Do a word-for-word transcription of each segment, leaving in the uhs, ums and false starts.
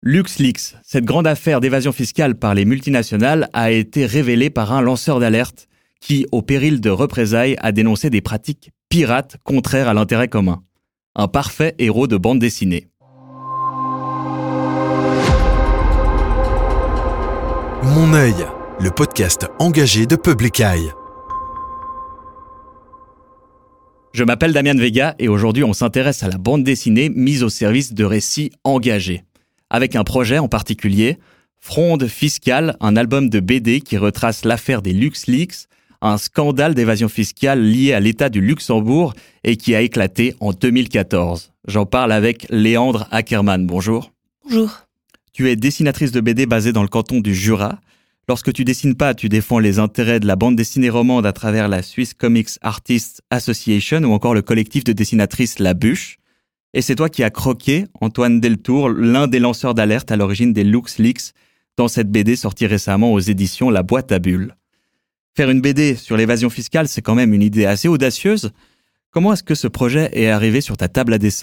LuxLeaks, cette grande affaire d'évasion fiscale par les multinationales, a été révélée par un lanceur d'alerte qui, au péril de représailles, a dénoncé des pratiques pirates contraires à l'intérêt commun. Un parfait héros de bande dessinée. Mon œil, le podcast engagé de Public Eye. Je m'appelle Damian Vega et aujourd'hui on s'intéresse à la bande dessinée mise au service de récits engagés. Avec un projet en particulier, Fronde fiscale, un album de B D qui retrace l'affaire des LuxLeaks, un scandale d'évasion fiscale lié à l'État du Luxembourg et qui a éclaté en deux mille quatorze. J'en parle avec Léandre Ackermann. Bonjour. Bonjour. Tu es dessinatrice de B D basée dans le canton du Jura. Lorsque tu dessines pas, tu défends les intérêts de la bande dessinée romande à travers la Swiss Comics Artists Association ou encore le collectif de dessinatrices La Bûche. Et c'est toi qui as croqué Antoine Deltour, l'un des lanceurs d'alerte à l'origine des LuxLeaks, dans cette B D sortie récemment aux éditions La Boîte à Bulles. Faire une B D sur l'évasion fiscale, c'est quand même une idée assez audacieuse. Comment est-ce que ce projet est arrivé sur ta table à dessin ?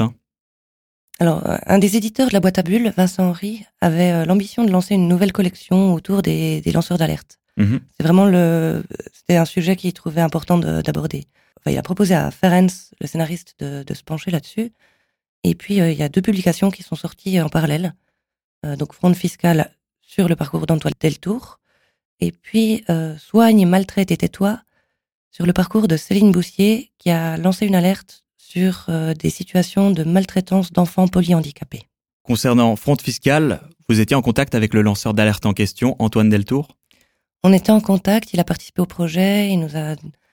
Alors, un des éditeurs de La Boîte à Bulles, Vincent Henry, avait l'ambition de lancer une nouvelle collection autour des, des lanceurs d'alerte. Mmh. C'est vraiment le, c'était un sujet qu'il trouvait important de, d'aborder. Enfin, il a proposé à Ferenc, le scénariste, de, de se pencher là-dessus. Et puis, euh, il y a deux publications qui sont sorties en parallèle. Euh, donc, Fronde fiscale sur le parcours d'Antoine Deltour. Et puis, euh, Soigne, maltraite et tais-toi sur le parcours de Céline Boussier, qui a lancé une alerte sur euh, des situations de maltraitance d'enfants polyhandicapés. Concernant Fronde fiscale, vous étiez en contact avec le lanceur d'alerte en question, Antoine Deltour ? On était en contact, il a participé au projet, il nous a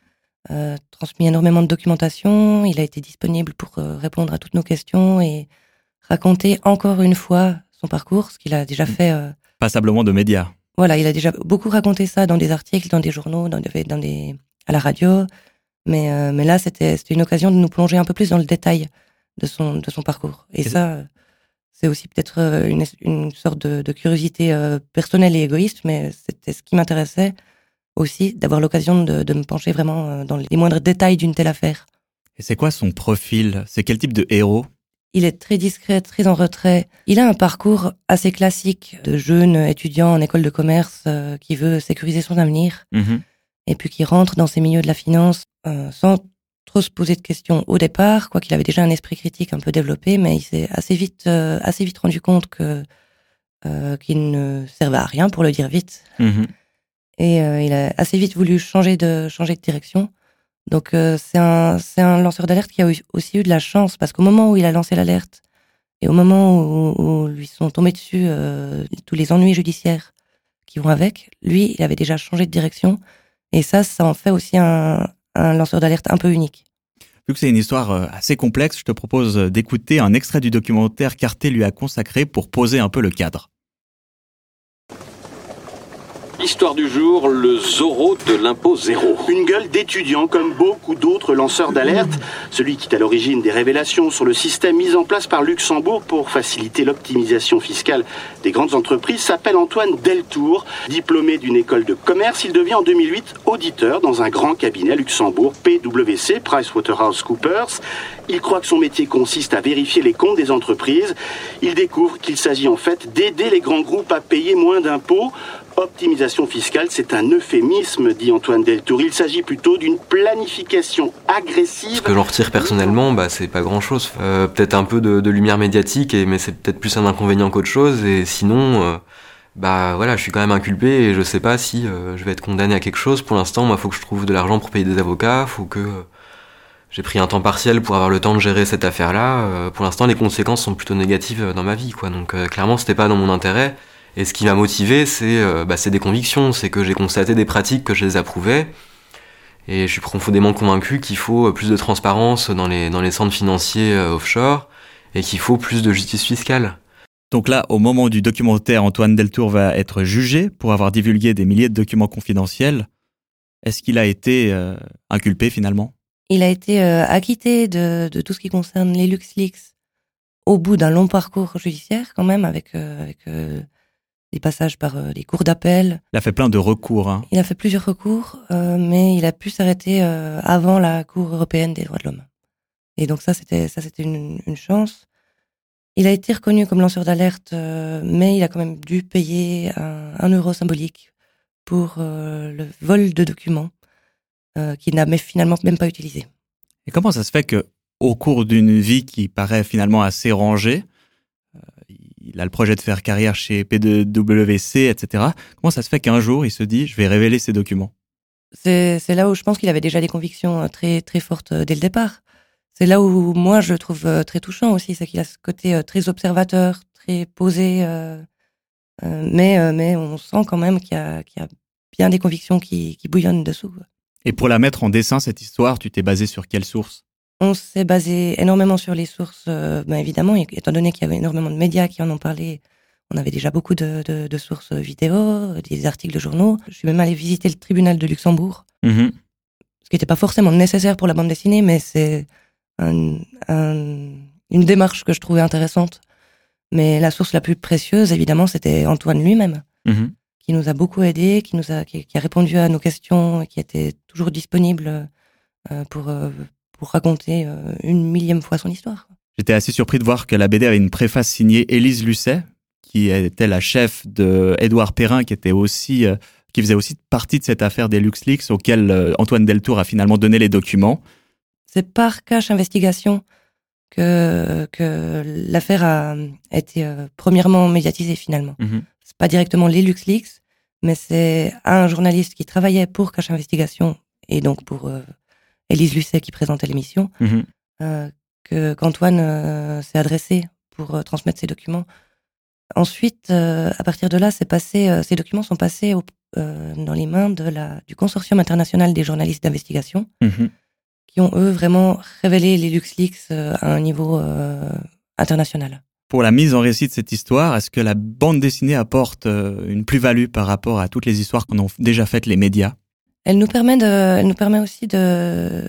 euh, transmis énormément de documentation, il a été disponible pour euh, répondre à toutes nos questions et raconter encore une fois son parcours, ce qu'il a déjà fait... Euh, Passablement de médias. Voilà, il a déjà beaucoup raconté ça dans des articles, dans des journaux, dans des, dans des, à la radio... Mais, euh, mais là, c'était, c'était une occasion de nous plonger un peu plus dans le détail de son, de son parcours. Et, et ça, c'est aussi peut-être une, une sorte de, de curiosité euh, personnelle et égoïste, mais c'était ce qui m'intéressait aussi, d'avoir l'occasion de, de me pencher vraiment dans les moindres détails d'une telle affaire. Et c'est quoi son profil ? C'est quel type de héros ? Il est très discret, très en retrait. Il a un parcours assez classique de jeune étudiant en école de commerce euh, qui veut sécuriser son avenir. Mmh. Et puis qui rentre dans ces milieux de la finance euh, sans trop se poser de questions au départ, quoiqu'il avait déjà un esprit critique un peu développé, mais il s'est assez vite, euh, assez vite rendu compte que euh, qu'il ne servait à rien, pour le dire vite. Mmh. Et euh, il a assez vite voulu changer de changer de direction. Donc euh, c'est un c'est un lanceur d'alerte qui a eu, aussi eu de la chance, parce qu'au moment où il a lancé l'alerte et au moment où, où lui sont tombés dessus euh, tous les ennuis judiciaires qui vont avec, lui, il avait déjà changé de direction. Et ça, ça en fait aussi un, un lanceur d'alerte un peu unique. Vu que c'est une histoire assez complexe, je te propose d'écouter un extrait du documentaire qu'Arte lui a consacré pour poser un peu le cadre. Histoire du jour, le Zorro de l'impôt zéro. Une gueule d'étudiant comme beaucoup d'autres lanceurs d'alerte. Celui qui est à l'origine des révélations sur le système mis en place par Luxembourg pour faciliter l'optimisation fiscale des grandes entreprises s'appelle Antoine Deltour. Diplômé d'une école de commerce, il devient en deux mille huit auditeur dans un grand cabinet à Luxembourg, P W C, PricewaterhouseCoopers. Il croit que son métier consiste à vérifier les comptes des entreprises. Il découvre qu'il s'agit en fait d'aider les grands groupes à payer moins d'impôts. Optimisation fiscale, c'est un euphémisme, dit Antoine Deltour. Il s'agit plutôt d'une planification agressive. Ce que j'en retire personnellement, bah, c'est pas grand-chose. Euh, peut-être un peu de, de lumière médiatique, et, mais c'est peut-être plus un inconvénient qu'autre chose. Et sinon, euh, bah voilà, je suis quand même inculpé et je sais pas si euh, je vais être condamné à quelque chose. Pour l'instant, moi, faut que je trouve de l'argent pour payer des avocats, faut que euh, j'ai pris un temps partiel pour avoir le temps de gérer cette affaire-là. Euh, pour l'instant, les conséquences sont plutôt négatives dans ma vie, quoi. Donc euh, clairement, c'était pas dans mon intérêt. Et ce qui m'a motivé, c'est, euh, bah, c'est des convictions, c'est que j'ai constaté des pratiques que je les approuvais, et je suis profondément convaincu qu'il faut plus de transparence dans les, dans les centres financiers euh, offshore, et qu'il faut plus de justice fiscale. Donc là, au moment du documentaire, Antoine Deltour va être jugé pour avoir divulgué des milliers de documents confidentiels. Est-ce qu'il a été euh, inculpé finalement ? Il a été euh, acquitté de, de tout ce qui concerne les LuxLeaks au bout d'un long parcours judiciaire quand même, avec... Euh, avec euh, des passages par euh, les cours d'appel. Il a fait plein de recours. Hein. Il a fait plusieurs recours, euh, mais il a pu s'arrêter euh, avant la Cour européenne des droits de l'homme. Et donc ça, c'était ça, c'était une, une chance. Il a été reconnu comme lanceur d'alerte, euh, mais il a quand même dû payer un, un euro symbolique pour euh, le vol de documents euh, qu'il n'a finalement même pas utilisé. Et comment ça se fait que, au cours d'une vie qui paraît finalement assez rangée, euh, il a le projet de faire carrière chez P W C, et cetera. Comment ça se fait qu'un jour il se dit, je vais révéler ces documents? C'est, c'est là où je pense qu'il avait déjà des convictions très très fortes dès le départ. C'est là où moi je le trouve très touchant aussi, c'est qu'il a ce côté très observateur, très posé, euh, euh, mais euh, mais on sent quand même qu'il y a, qu'il y a bien des convictions qui, qui bouillonnent dessous. Et pour la mettre en dessin, cette histoire, tu t'es basé sur quelle source? On s'est basé énormément sur les sources, euh, ben évidemment, étant donné qu'il y avait énormément de médias qui en ont parlé. On avait déjà beaucoup de, de, de sources vidéo, des articles de journaux. Je suis même allée visiter le tribunal de Luxembourg, mmh. ce qui n'était pas forcément nécessaire pour la bande dessinée, mais c'est un, un, une démarche que je trouvais intéressante. Mais la source la plus précieuse, évidemment, c'était Antoine lui-même, mmh. qui nous a beaucoup aidés, qui nous a, qui, qui a répondu à nos questions, et qui était toujours disponible euh, pour, euh, pour raconter euh, une millième fois son histoire. J'étais assez surpris de voir que la B D avait une préface signée Élise Lucet, qui était la chef de Édouard Perrin, qui était aussi, euh, qui faisait aussi partie de cette affaire des LuxLeaks, auquel euh, Antoine Deltour a finalement donné les documents. C'est par Cache Investigation que, que l'affaire a été euh, premièrement médiatisée finalement. Mm-hmm. C'est pas directement les LuxLeaks, mais c'est un journaliste qui travaillait pour Cache Investigation, et donc pour euh, Élise Lucet qui présentait l'émission, mm-hmm. euh, que, qu'Antoine euh, s'est adressé pour euh, transmettre ces documents. Ensuite, euh, à partir de là, c'est passé, euh, ces documents sont passés au, euh, dans les mains de la, du Consortium international des journalistes d'investigation, mmh. qui ont, eux, vraiment révélé les LuxLeaks euh, à un niveau euh, international. Pour la mise en récit de cette histoire, est-ce que la bande dessinée apporte euh, une plus-value par rapport à toutes les histoires qu'en ont déjà faites les médias? Elle nous permet, de, elle nous permet aussi de,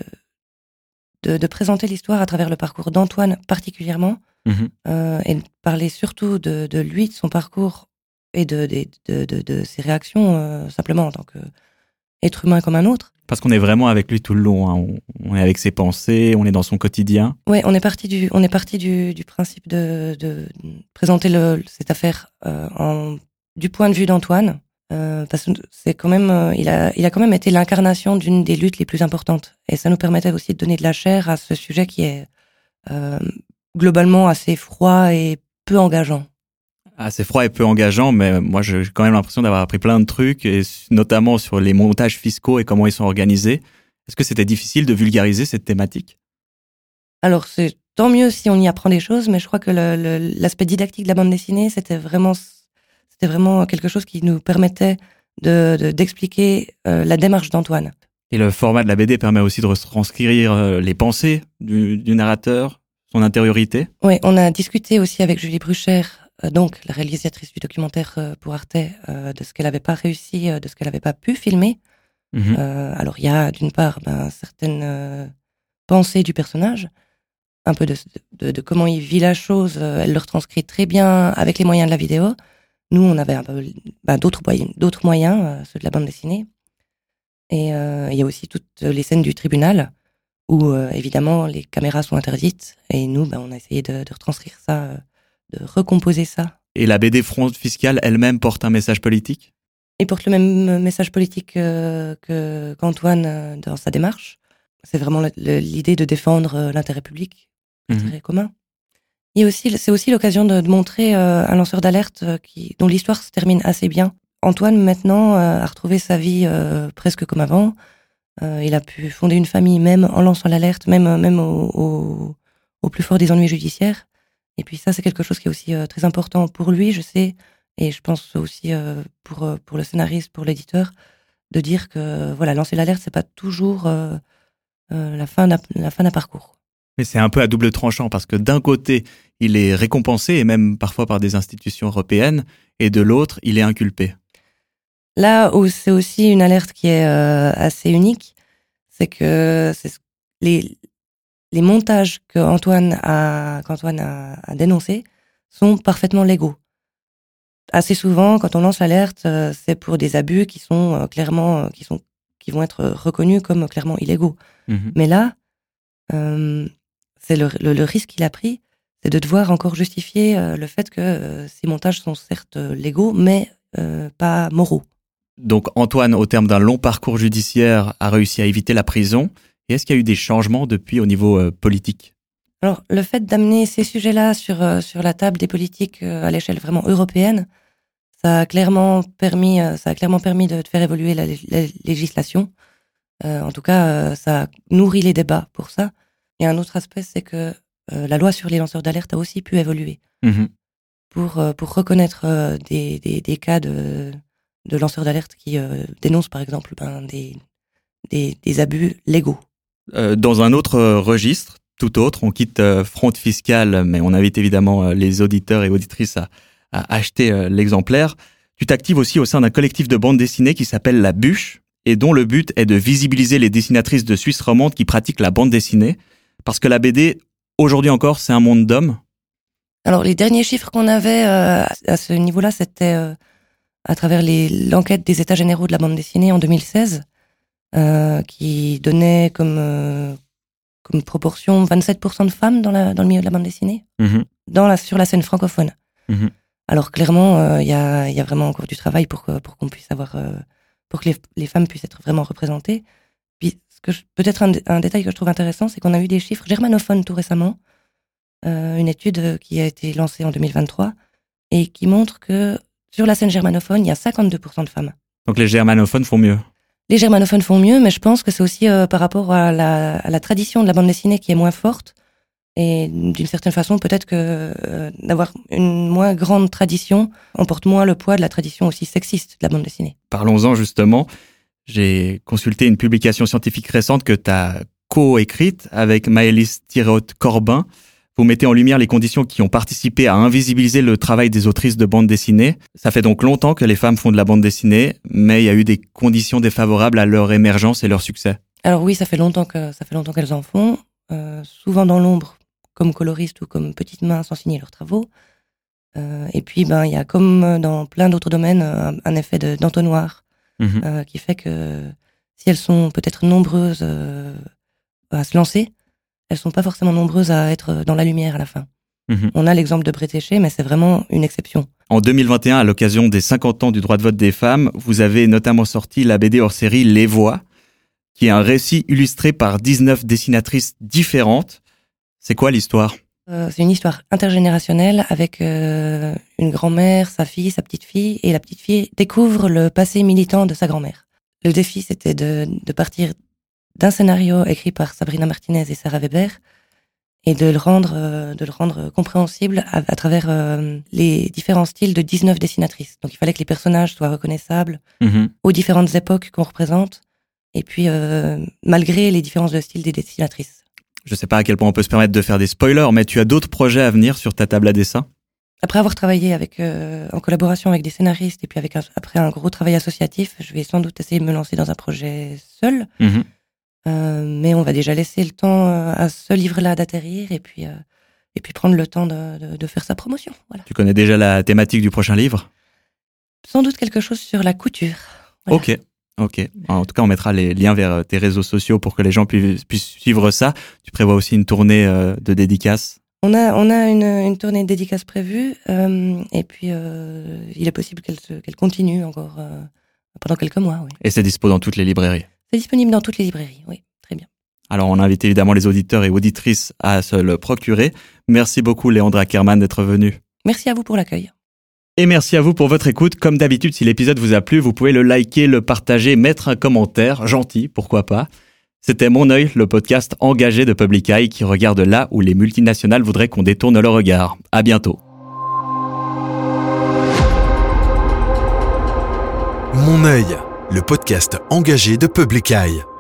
de, de présenter l'histoire à travers le parcours d'Antoine particulièrement, Mmh. Euh, et de parler surtout de, de lui, de son parcours et de, de, de, de, de ses réactions, euh, simplement en tant qu'être humain comme un autre. Parce qu'on est vraiment avec lui tout le long, hein. on, on est avec ses pensées, on est dans son quotidien. Oui, on est parti du, on est parti du, du principe de, de présenter le, cette affaire euh, en, du point de vue d'Antoine, euh, parce que c'est quand même, euh, il a, il a quand même été l'incarnation d'une des luttes les plus importantes, et ça nous permettait aussi de donner de la chair à ce sujet qui est euh, globalement assez froid et peu engageant. Assez froid et peu engageant, mais moi j'ai quand même l'impression d'avoir appris plein de trucs, et notamment sur les montages fiscaux et comment ils sont organisés. Est-ce que c'était difficile de vulgariser cette thématique? Alors c'est tant mieux si on y apprend des choses, mais je crois que le, le, l'aspect didactique de la bande dessinée, c'était vraiment, c'était vraiment quelque chose qui nous permettait de, de, d'expliquer euh, la démarche d'Antoine. Et le format de la B D permet aussi de retranscrire euh, les pensées du, du narrateur, son intériorité? Oui, on a discuté aussi avec Julie Bruchère, euh, donc la réalisatrice du documentaire euh, pour Arte, euh, de ce qu'elle n'avait pas réussi, euh, de ce qu'elle n'avait pas pu filmer. Mmh. Euh, alors il y a d'une part ben, certaines euh, pensées du personnage, un peu de, de, de comment il vit la chose, euh, elle le retranscrit très bien avec les moyens de la vidéo. Nous, on avait un peu ben, d'autres, d'autres moyens, euh, ceux de la bande dessinée. Et euh, il y a aussi toutes les scènes du tribunal, où euh, évidemment les caméras sont interdites, et nous, ben, on a essayé de, de retranscrire ça, euh, de recomposer ça. Et la B D Fraude fiscale elle-même porte un message politique? Elle porte le même message politique euh, que, qu'Antoine euh, dans sa démarche. C'est vraiment le, le, l'idée de défendre euh, l'intérêt public, l'intérêt mmh. commun. Et aussi, c'est aussi l'occasion de, de montrer euh, un lanceur d'alerte euh, qui, dont l'histoire se termine assez bien. Antoine, maintenant, euh, a retrouvé sa vie euh, presque comme avant. Euh, il a pu fonder une famille même en lançant l'alerte, même, même au, au, au plus fort des ennuis judiciaires. Et puis ça, c'est quelque chose qui est aussi euh, très important pour lui, je sais, et je pense aussi euh, pour, pour le scénariste, pour l'éditeur, de dire que voilà, lancer l'alerte, c'est pas toujours euh, euh, la fin d'un, la fin d'un parcours. Mais c'est un peu à double tranchant, parce que d'un côté, il est récompensé, et même parfois par des institutions européennes, et de l'autre, il est inculpé. Là où c'est aussi une alerte qui est euh, assez unique, c'est que c'est les, les montages qu'Antoine a, qu'Antoine a, a dénoncés sont parfaitement légaux. Assez souvent, quand on lance l'alerte, euh, c'est pour des abus qui sont euh, clairement, euh, qui sont, qui vont être reconnus comme clairement illégaux. Mmh. Mais là, euh, c'est le, le, le risque qu'il a pris, c'est de devoir encore justifier euh, le fait que euh, ces montages sont certes euh, légaux, mais euh, pas moraux. Donc Antoine, au terme d'un long parcours judiciaire, a réussi à éviter la prison. Et est-ce qu'il y a eu des changements depuis au niveau euh, politique ? Alors, le fait d'amener ces sujets-là sur, euh, sur la table des politiques euh, à l'échelle vraiment européenne, ça a clairement permis, euh, ça a clairement permis de, de faire évoluer la, la législation. Euh, en tout cas, euh, ça a nourri les débats pour ça. Et un autre aspect, c'est que euh, la loi sur les lanceurs d'alerte a aussi pu évoluer mmh. pour, euh, pour reconnaître euh, des, des, des cas de, de lanceurs d'alerte qui euh, dénoncent, par exemple, ben, des, des, des abus légaux. Euh, dans un autre euh, registre, tout autre, on quitte euh, Fronde Fiscale, mais on invite évidemment euh, les auditeurs et auditrices à, à acheter euh, l'exemplaire. Tu t'actives aussi au sein d'un collectif de bande dessinée qui s'appelle La Bûche et dont le but est de visibiliser les dessinatrices de Suisse romande qui pratiquent la bande dessinée. Parce que la B D, aujourd'hui encore, c'est un monde d'hommes. Alors, les derniers chiffres qu'on avait euh, à ce niveau-là, c'était euh, à travers les, l'enquête des États généraux de la bande dessinée en deux mille seize. Euh, qui donnait comme, euh, comme proportion vingt-sept pour cent de femmes dans, la, dans le milieu de la bande dessinée, mmh. dans la, sur la scène francophone. Mmh. Alors clairement, il euh, y, a, y a vraiment encore du travail pour, que, pour qu'on puisse avoir, euh, pour que les, les femmes puissent être vraiment représentées. Puis ce que je, peut-être un, un détail que je trouve intéressant, c'est qu'on a eu des chiffres germanophones tout récemment, euh, une étude qui a été lancée en deux mille vingt-trois et qui montre que sur la scène germanophone, il y a cinquante-deux pour cent de femmes. Donc les germanophones font mieux. Les germanophones font mieux, mais je pense que c'est aussi euh, par rapport à la, à la tradition de la bande dessinée qui est moins forte. Et d'une certaine façon, peut-être que euh, d'avoir une moins grande tradition, on porte moins le poids de la tradition aussi sexiste de la bande dessinée. Parlons-en justement. J'ai consulté une publication scientifique récente que tu as co-écrite avec Maëlys Thiriot-Corbin. Vous mettez en lumière les conditions qui ont participé à invisibiliser le travail des autrices de bande dessinée. Ça fait donc longtemps que les femmes font de la bande dessinée, mais il y a eu des conditions défavorables à leur émergence et leur succès. Alors oui, ça fait longtemps que ça fait longtemps qu'elles en font, euh, souvent dans l'ombre, comme coloristes ou comme petites mains sans signer leurs travaux. Euh, et puis, ben, il y a comme dans plein d'autres domaines un, un effet de, d'entonnoir mmh. euh, qui fait que si elles sont peut-être nombreuses euh, à se lancer, elles sont pas forcément nombreuses à être dans la lumière à la fin. Mmh. On a l'exemple de Bretéché, mais c'est vraiment une exception. En deux mille vingt et un, à l'occasion des cinquante ans du droit de vote des femmes, vous avez notamment sorti la B D hors-série Les Voix, qui est un récit illustré par dix-neuf dessinatrices différentes. C'est quoi l'histoire ? euh, C'est une histoire intergénérationnelle avec euh, une grand-mère, sa fille, sa petite-fille, et la petite-fille découvre le passé militant de sa grand-mère. Le défi, c'était de, de partir d'un scénario écrit par Sabrina Martinez et Sarah Weber et de le rendre, euh, de le rendre compréhensible à, à travers euh, les différents styles de dix-neuf dessinatrices. Donc il fallait que les personnages soient reconnaissables mmh. aux différentes époques qu'on représente et puis euh, malgré les différences de style des dessinatrices. Je sais pas à quel point on peut se permettre de faire des spoilers, mais tu as d'autres projets à venir sur ta table à dessin ? Après avoir travaillé avec, euh, en collaboration avec des scénaristes et puis avec un, après un gros travail associatif, je vais sans doute essayer de me lancer dans un projet seul. Mmh. Euh, mais on va déjà laisser le temps euh, à ce livre-là d'atterrir et puis, euh, et puis prendre le temps de, de, de faire sa promotion. Voilà. Tu connais déjà la thématique du prochain livre ? Sans doute quelque chose sur la couture. Voilà. Ok, ok. En tout cas, on mettra les liens vers tes réseaux sociaux pour que les gens puissent, puissent suivre ça. Tu prévois aussi une tournée euh, de dédicaces ? On a, on a une, une tournée de dédicaces prévue euh, et puis euh, il est possible qu'elle, se, qu'elle continue encore euh, pendant quelques mois. Oui. Et c'est dispo dans toutes les librairies ? C'est disponible dans toutes les librairies, oui, très bien. Alors, on invite évidemment les auditeurs et auditrices à se le procurer. Merci beaucoup, Léandre Ackermann, d'être venu. Merci à vous pour l'accueil. Et merci à vous pour votre écoute. Comme d'habitude, si l'épisode vous a plu, vous pouvez le liker, le partager, mettre un commentaire, gentil, pourquoi pas. C'était Mon œil, le podcast engagé de Public Eye qui regarde là où les multinationales voudraient qu'on détourne leur regard. À bientôt. Mon œil, le podcast engagé de Public Eye.